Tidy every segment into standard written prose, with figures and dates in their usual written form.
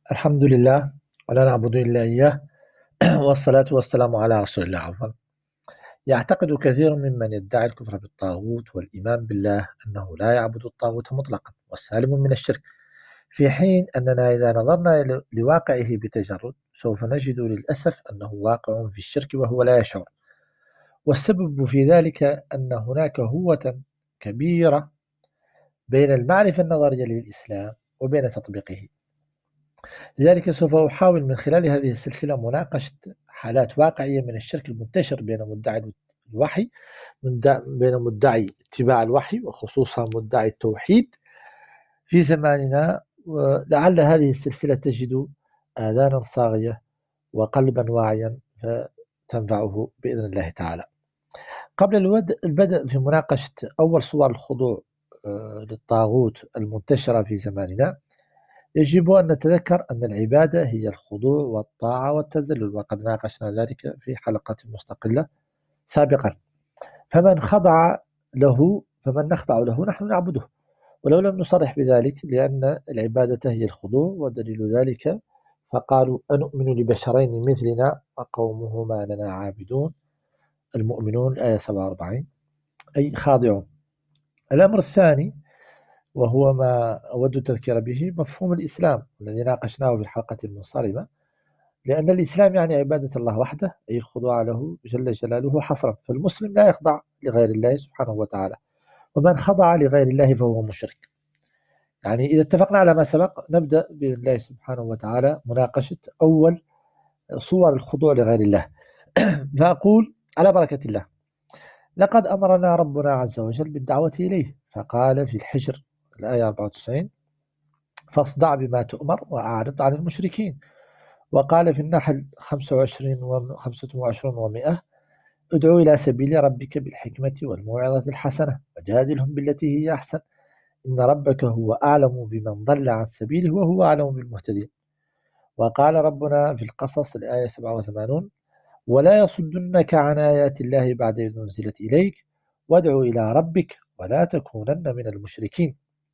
الحمد لله ولا نعبد إلا إياه والصلاة والسلام على رسول الله عفوا. يعتقد كثير ممن يدعي الكفر بالطاغوت والإيمان بالله أنه لا يعبد الطاغوت مطلقا وسالم من الشرك، في حين أننا إذا نظرنا لواقعه بتجرد سوف نجد للأسف أنه واقع في الشرك وهو لا يشعر. والسبب في ذلك أن هناك هوة كبيرة بين المعرفة النظرية للإسلام وبين تطبيقه. لذلك سوف أحاول من خلال هذه السلسلة مناقشة حالات واقعية من الشرك المنتشر بين مدعي الوحي بين مدعي اتباع الوحي وخصوصا مدعي التوحيد في زماننا، ولعل هذه السلسلة تجد آذانا صاغية وقلبا واعيا فتنفعه بإذن الله تعالى. قبل البدء في مناقشة أول صور الخضوع للطاغوت المنتشرة في زماننا، يجب أن نتذكر أن العبادة هي الخضوع والطاعة والتذلل، وقد ناقشنا ذلك في حلقات مستقلة سابقا. فمن نخضع له نحن نعبده، ولو لم نصرح بذلك، لأن العبادة هي الخضوع، ودليل ذلك فقالوا أنؤمن لبشرين مثلنا وقومهما لنا عابدون، المؤمنون الآية 47، أي خاضعون. الأمر الثاني وهو ما أود التذكير به مفهوم الإسلام الذي ناقشناه في الحلقة المنصرمة، لأن الإسلام يعني عبادة الله وحده، أي الخضوع له جل جلاله حصرا، فالمسلم لا يخضع لغير الله سبحانه وتعالى، ومن خضع لغير الله فهو مشرك. يعني إذا اتفقنا على ما سبق، نبدأ بإذن الله سبحانه وتعالى مناقشة أول صور الخضوع لغير الله. فأقول على بركة الله: لقد أمرنا ربنا عز وجل بالدعوة إليه، فقال في الحجر الآية 94: فاصدع بما تؤمر وأعرض عن المشركين. وقال في النحل 25 و100: ادعو إلى سبيل ربك بالحكمة والموعظة الحسنة وجادلهم بالتي هي أحسن، إن ربك هو أعلم بمن ضل عن سبيله وهو أعلم بالمهتدين. وقال ربنا في القصص الآية 87: ولا يصدنك عن آيات الله بعد إذ أنزلت إليك وادع إلى ربك ولا تكونن من المشركين.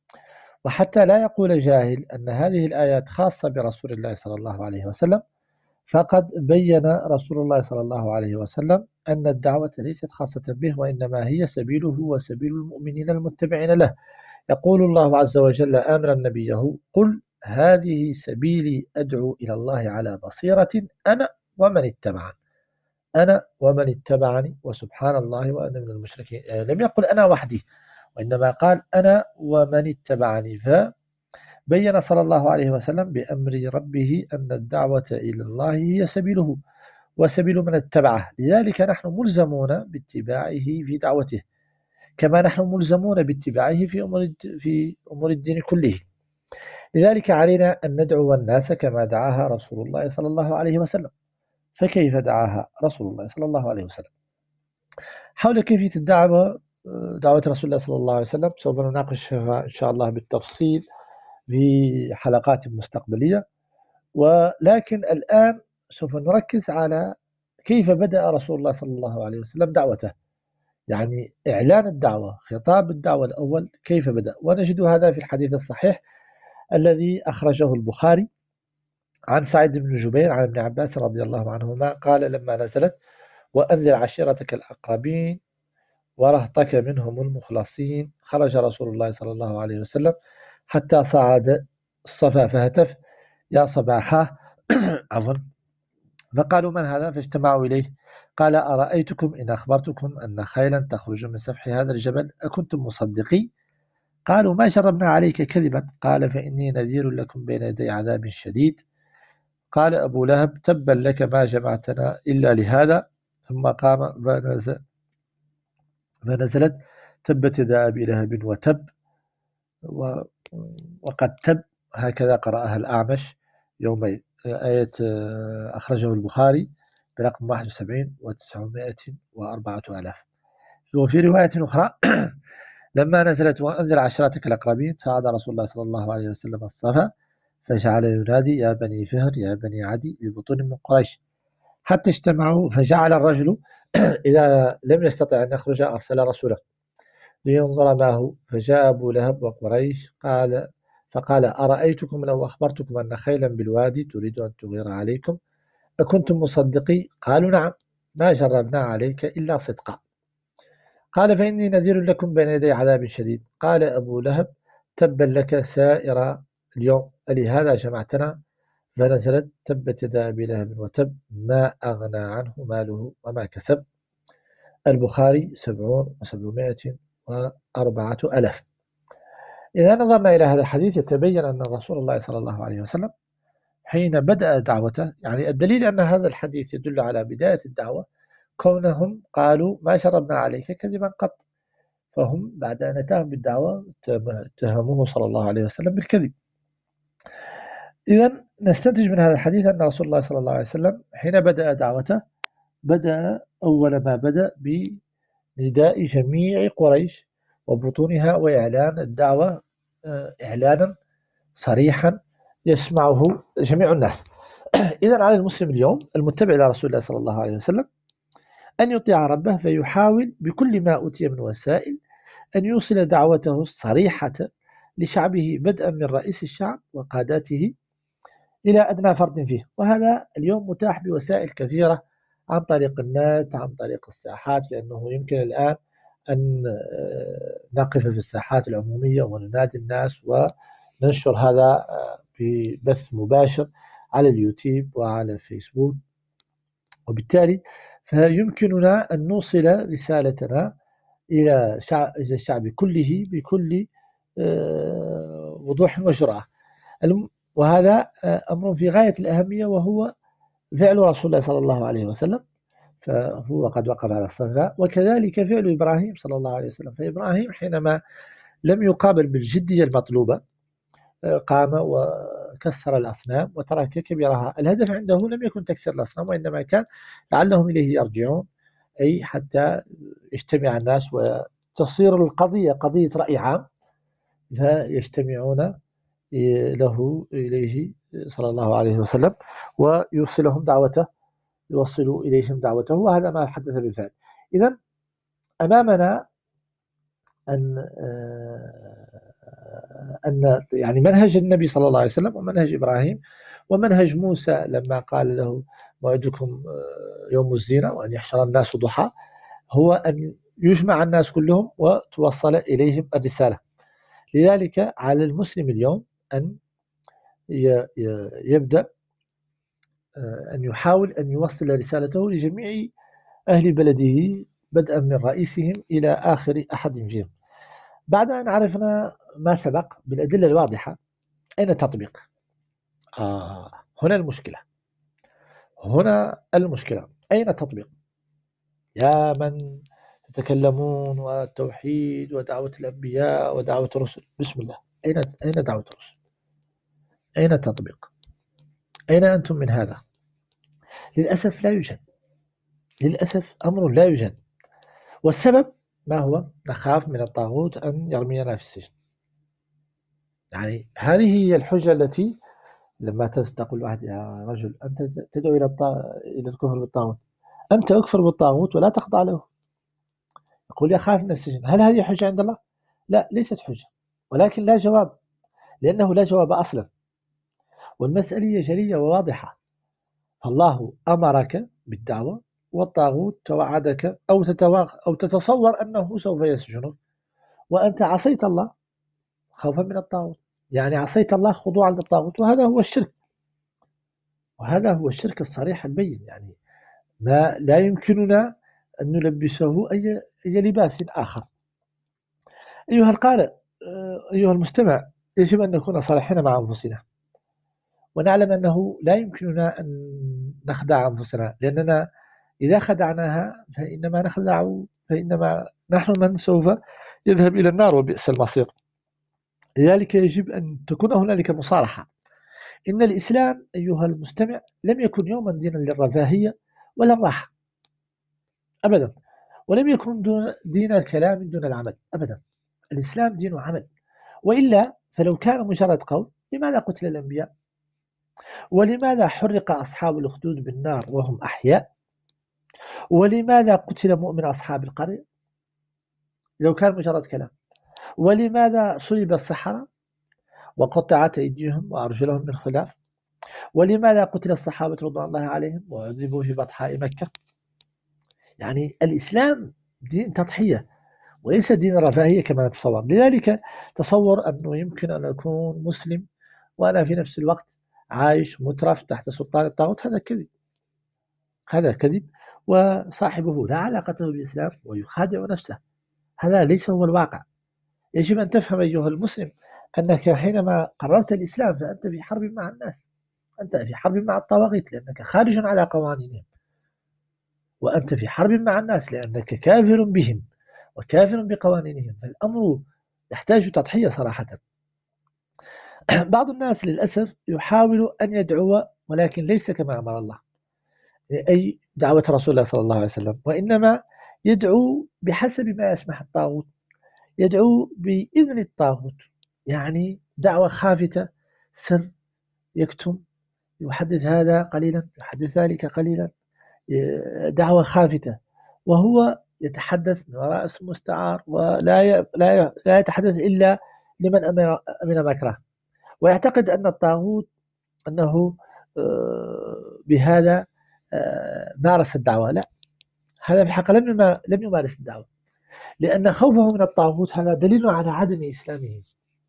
وحتى لا يقول جاهل أن هذه الآيات خاصة برسول الله صلى الله عليه وسلم، فقد بين رسول الله صلى الله عليه وسلم أن الدعوة ليست خاصة به، وإنما هي سبيله وسبيل المؤمنين المتبعين له. يقول الله عز وجل آمرا نبيه: قل هذه سبيلي أدعو إلى الله على بصيرة أنا ومن اتبعني. أنا ومن اتبعني، وسبحان الله وأنا من المشركين. لم يقل أنا وحدي، وإنما قال أنا ومن اتبعني. بين صلى الله عليه وسلم بأمر ربه أن الدعوة إلى الله هي سبيله وسبيل من اتبعه، لذلك نحن ملزمون باتباعه في دعوته، كما نحن ملزمون باتباعه في أمور الدين كله. لذلك علينا أن ندعو الناس كما دعاها رسول الله صلى الله عليه وسلم. فكيف دعاها رسول الله صلى الله عليه وسلم؟ حول كيفية الدعوة، دعوة رسول الله صلى الله عليه وسلم، سوف نناقشها إن شاء الله بالتفصيل في حلقات مستقبلية، ولكن الآن سوف نركز على كيف بدأ رسول الله صلى الله عليه وسلم دعوته، يعني إعلان الدعوة، خطاب الدعوة الأول كيف بدأ. ونجد هذا في الحديث الصحيح الذي أخرجه البخاري عن سعيد بن جبير عن ابن عباس رضي الله عنهما قال: لما نزلت وأنذر عشيرتك الأقربين ورهطك منهم المخلصين، خرج رسول الله صلى الله عليه وسلم حتى صعد الصفا فهتف: يا صباحا عفوا. فقالوا: من هذا؟ فاجتمعوا إليه. قال: أرأيتكم إن أخبرتكم أن خيلا تخرج من سفح هذا الجبل أكنتم مصدقي؟ قالوا: ما جربنا عليك كذبا. قال: فإني نذير لكم بين يدي عذاب شديد. قال أبو لهب: تبا لك، ما جمعتنا إلا لهذا. ثم قام فنزلت: تبت يدا أبي لهب وتب وقد تب. هكذا قرأها الأعمش يومين. آية أخرجه البخاري برقم 71 و904,000. وفي رواية أخرى: لما نزلت وأنذر عشيرتك الأقربين، صعد رسول الله صلى الله عليه وسلم الصفا فجعل ينادي: يا بني فهر يا بني عدي لبطون من قريش، حتى اجتمعوا. فجعل الرجل إذا لم يستطع أن يخرج أرسل رسوله لينظر ما هو، فجاء أبو لهب وقريش. فقال أرأيتكم لو أخبرتكم أن خيلا بالوادي تريد أن تغير عليكم أكنتم مصدقي؟ قالوا نعم، ما جربنا عليك إلا صدقا. قال فإني نذير لكم بين يدي عذاب شديد. قال أبو لهب تبا لك سائر اليوم ألهذا جمعتنا؟ فنزلت تبت يدا أبي لهب وتب ما أغنى عنه ماله وما كسب. البخاري 70 و704 ألف. إذا نظرنا إلى هذا الحديث يتبين أن رسول الله صلى الله عليه وسلم حين بدأ دعوته، يعني الدليل أن هذا الحديث يدل على بداية الدعوة، كونهم قالوا ما شربنا عليك كذبا قط، فهم بعد أن أتاهم بالدعوة اتهموه صلى الله عليه وسلم بالكذب. إذا نستنتج من هذا الحديث أن رسول الله صلى الله عليه وسلم حين بدأ دعوته بدأ أول ما بدأ بنداء جميع قريش وبطونها وإعلان الدعوة إعلانا صريحا يسمعه جميع الناس. إذا على المسلم اليوم المتبع لرسول الله صلى الله عليه وسلم أن يطيع ربه فيحاول بكل ما أوتي من وسائل أن يوصل دعوته الصريحة لشعبه بدءا من رئيس الشعب وقاداته إلى أدنى فرد فيه. وهذا اليوم متاح بوسائل كثيرة، عن طريق النت، عن طريق الساحات، لأنه يمكن الآن أن نقف في الساحات العمومية وننادي الناس وننشر هذا ببث مباشر على اليوتيوب وعلى الفيسبوك، وبالتالي فيمكننا أن نوصل رسالتنا إلى الشعب كله بكل وضوح وجرأة. وهذا أمر في غاية الأهمية، وهو فعل رسول الله صلى الله عليه وسلم، فهو قد وقف على الصفاء. وكذلك فعل إبراهيم صلى الله عليه وسلم، فإبراهيم حينما لم يقابل بالجدية المطلوبة قام وكسر الأصنام وترك كبيرها. الهدف عنده لم يكن تكسير الأصنام، وإنما كان لعلهم إليه يرجعون، أي حتى يجتمع الناس وتصير القضية قضية رأي عام، فيجتمعون له إليه صلى الله عليه وسلم ويوصلهم دعوته، يوصل إليهم دعوته، وهذا ما حدث بالفعل. إذا أمامنا أن يعني منهج النبي صلى الله عليه وسلم ومنهج إبراهيم ومنهج موسى لما قال له موعدكم يوم الزينة وأن يحشر الناس ضحى، هو أن يجمع الناس كلهم وتوصل إليهم الرسالة. لذلك على المسلم اليوم أن يبدأ أن يحاول أن يوصل رسالته لجميع أهل بلده بدءا من رئيسهم إلى آخر أحد فيهم. بعد أن عرفنا ما سبق بالأدلة الواضحة، أين التطبيق؟ هنا المشكلة، هنا المشكلة. أين التطبيق؟ يا من تتكلمون والتوحيد ودعوة الأنبياء ودعوة الرسل، بسم الله، أين دعوة الرسل؟ أين التطبيق؟ أين أنتم من هذا؟ للأسف لا يوجد، للأسف أمر لا يوجد. والسبب ما هو؟ نخاف من الطاغوت أن يرمينا في السجن. يعني هذه هي الحجة التي لما تقول واحد يا رجل أنت تدعو إلى الكفر بالطاغوت، أنت أكفر بالطاغوت ولا تخضع له، يقول يخاف من السجن. هل هذه حجة عند الله؟ لا، ليست حجة، ولكن لا جواب، لأنه لا جواب أصلا، والمسألة جلية وواضحة. فالله أمرك بالدعوة، والطاغوت توعدك أو تتصور أنه سوف يسجنك، وأنت عصيت الله خوفا من الطاغوت، يعني عصيت الله خضوعا للطاغوت، وهذا هو الشرك، وهذا هو الشرك الصريح البين. يعني ما لا يمكننا أن نلبسه أي لباس آخر. أيها القارئ، أيها المستمع، يجب أن نكون صريحين مع أنفسنا، ونعلم أنه لا يمكننا أن نخدع أنفسنا، لأننا إذا خدعناها فإنما نحن من سوف يذهب إلى النار، وبئس المصير. لذلك يجب أن تكون هنالك مصارحة. إن الإسلام أيها المستمع لم يكن يوما دينا للرفاهية ولا الراحة أبدا، ولم يكن دين الكلام دون العمل أبدا. الإسلام دين عمل، وإلا فلو كان مجرد قول لماذا قتل الأنبياء؟ ولماذا حرق أصحاب الأخدود بالنار وهم أحياء؟ ولماذا قتل مؤمن أصحاب القرية لو كان مجرد كلام؟ ولماذا صلب السحرة؟ وقطعت أيديهم وأرجلهم من خلاف. ولماذا قتل الصحابة رضوان الله عليهم وعذبوا في بطحاء مكة؟ يعني الإسلام دين تضحية وليس دين رفاهية كما نتصور. لذلك تصور أنه يمكن أن أكون مسلم وأنا في نفس الوقت عايش مترف تحت سلطان الطاغوت، هذا كذب. هذا كذب، وصاحبه لا علاقة بالإسلام ويخادع نفسه. هذا ليس هو الواقع. يجب أن تفهم أيها المسلم أنك حينما قررت الإسلام فأنت في حرب مع الناس، أنت في حرب مع الطواغيت لأنك خارج على قوانينهم، وأنت في حرب مع الناس لأنك كافر بهم وكافر بقوانينهم. فالأمر يحتاج تضحية صراحة. بعض الناس للأسف يحاول أن يدعو ولكن ليس كما أمر الله، أي دعوة رسول الله صلى الله عليه وسلم، وإنما يدعو بحسب ما يسمح الطاغوت، يدعو بإذن الطاغوت، يعني دعوة خافتة، سر، يكتم، يحدث هذا قليلا يحدث ذلك قليلا، دعوة خافتة، وهو يتحدث من وراء اسم مستعار، لا يتحدث إلا لمن أمن مكره، ويعتقد أن الطاغوت أنه بهذا مارس الدعوة. لا، هذا في الحقيقة لم يمارس الدعوة، لأن خوفه من الطاغوت هذا دليل على عدم إسلامه.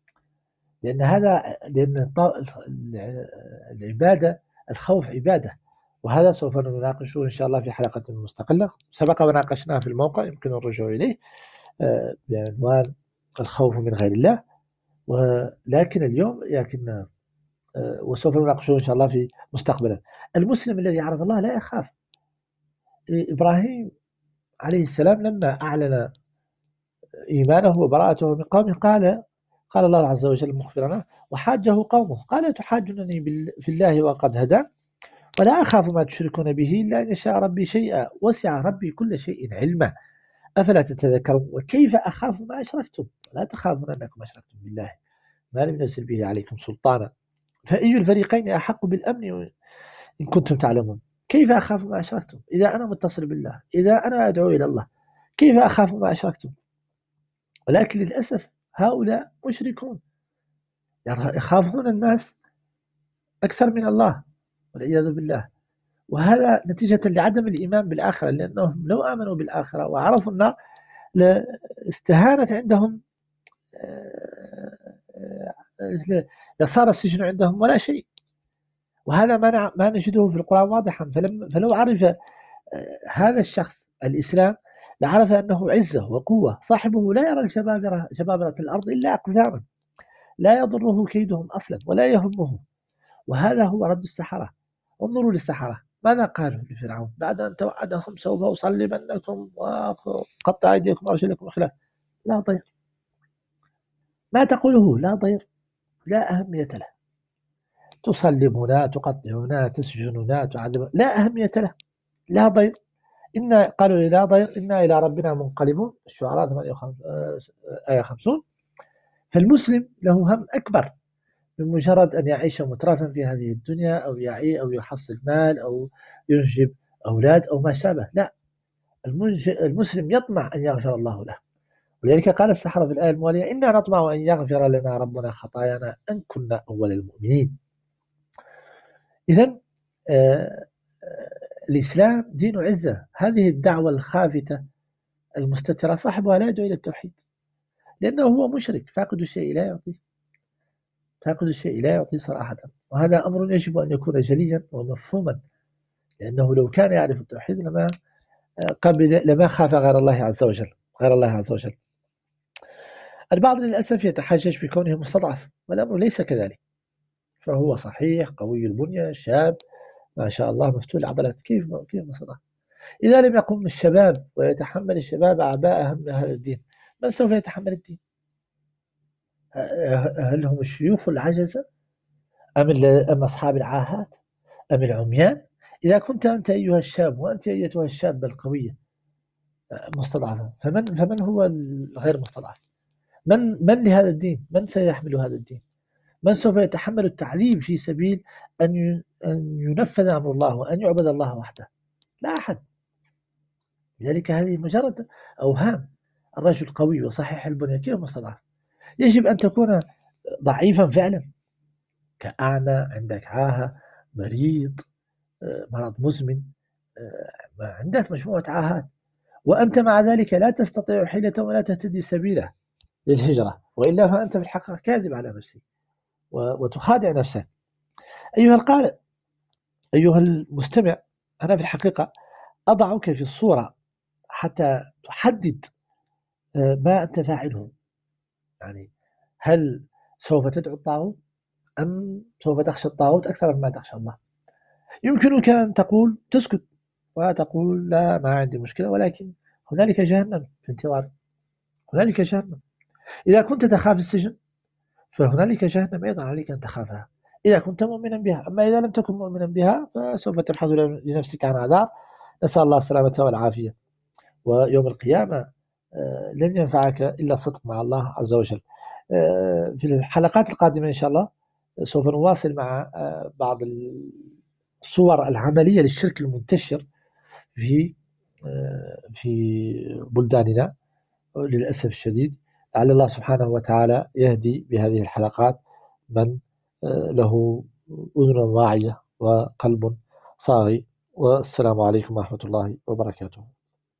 لأن العبادة، الخوف عبادة، وهذا سوف نناقشه إن شاء الله في حلقة مستقلة. سبق وناقشناه في الموقع يمكن الرجوع إليه بعنوان الخوف من غير الله، ولكن اليوم وسوف نناقشه إن شاء الله في مستقبلا. المسلم الذي يعرف الله لا يخاف. إبراهيم عليه السلام لما أعلن إيمانه وبراءته من قومه قال الله عز وجل مخبرنا: وحاجه قومه قال تحاجونني في الله وقد هدان ولا أخاف ما تشركون به إلا أن يشاء ربي شيئا وسع ربي كل شيء علما أفلا تتذكرون وكيف أخاف ما أشركتم لا تخافون أنكم أشركتم بالله ما لم ينزل به عليكم سلطانا فأي الفريقين أحق بالأمن إن كنتم تعلمون. كيف أخاف ما أشركتم إذا أنا متصل بالله، إذا أنا أدعو إلى الله، كيف أخاف ما أشركتم؟ ولكن للأسف هؤلاء مشركون، يخافون الناس أكثر من الله والعياذ بالله، وهذا نتيجة لعدم الإيمان بالآخرة، لأنهم لو آمنوا بالآخرة وعرفوا النار لاستهانت عندهم، لصار السجن عندهم ولا شيء. وهذا ما نجده في القرآن واضحا. فلو عرف هذا الشخص الإسلام لعرف أنه عزة وقوة، صاحبه لا يرى جبابرة الأرض إلا أقزاما، لا يضره كيدهم أصلا ولا يهمه. وهذا هو رد السحرة. انظروا للسحرة ماذا قالوا لفرعون بعد أن توعدهم سوف أصلبنكم وقطع أيديكم وأرجلكم من خلاف. لا ضير، ما تقوله لا ضير، لا أهمية له. تصلبنا، تقطعنا، تسجننا، تعذبنا، لا أهمية له، لا ضير. قالوا لا ضير إنا إلى ربنا منقلبون. الشعراء 50. فالمسلم له هم أكبر من مجرد أن يعيش مترفا في هذه الدنيا أو يعي أو يحصل مال أو ينجب أولاد أو ما شابه. لا، المسلم يطمع أن يغفر الله له. ولذلك قال السحرة في الآية الموالية: إنا نطمع أن يغفر لنا ربنا خطايانا أن كنا أول المؤمنين. إذن الإسلام دين عزة. هذه الدعوة الخافتة المستترة صاحبها لا يدعو إلى التوحيد، لأنه هو مشرك فاقد الشيء لا يعطيه، فاقد الشيء لا يعطيه صراحة. وهذا أمر يجب أن يكون جليا ومفهوما، لأنه لو كان يعرف التوحيد لما خاف غير الله عز وجل، غير الله عز وجل. البعض للأسف يتحجج بكونه مستضعف، والأمر ليس كذلك. فهو صحيح قوي البنية شاب ما شاء الله مفتول العضلات، كيف مستضعف؟ إذا لم يقم الشباب ويتحمل الشباب أعباء هم هذا الدين، من سوف يتحمل الدين؟ هل هم الشيوخ العجزة أم أصحاب العاهات أم العميان؟ إذا كنت أنت أيها الشاب وأنت أيتها الشابة القوية مستضعفة، فمن هو الغير مستضعف؟ من لهذا الدين؟ من سيحمل هذا الدين؟ من سوف يتحمل التعذيب في سبيل أن ينفذ أمر الله وأن يعبد الله وحده؟ لا أحد. لذلك هذه مجرد أوهام. الرجل قوي وصحيح البنية كيف مستضعف؟ يجب أن تكون ضعيفا فعلا، كأعمى، عندك عاهة، مريض، مرض مزمن، عندك مجموعة عاهات، وأنت مع ذلك لا تستطيع حيلة ولا تهتدي سبيله للهجرة، وإلا فأنت في الحقيقة كاذب على نفسك وتخادع نفسك. أيها القارئ، أيها المستمع، أنا في الحقيقة أضعك في الصورة حتى تحدد ما أنت فاعله. يعني هل سوف تدعو الطاغوت أم سوف تخشى الطاغوت أكثر مما تخشى الله؟ يمكنك أن تقول تسكت وتقول لا، ما عندي مشكلة، ولكن هنالك جهنم في انتظار، هنالك جهنم. إذا كنت تخاف السجن فهنالك جهنم أيضا عليك أن تخافها إذا كنت مؤمنا بها. أما إذا لم تكن مؤمنا بها فسوف تبحث لنفسك عن عذاب. نسأل الله السلامة والعافية. ويوم القيامة لن ينفعك إلا الصدق مع الله عز وجل. في الحلقات القادمة إن شاء الله سوف نواصل مع بعض الصور العملية للشرك المنتشر في بلداننا للأسف الشديد. لعل الله سبحانه وتعالى يهدي بهذه الحلقات من له أذن واعية وقلب صاغي. والسلام عليكم ورحمة الله وبركاته.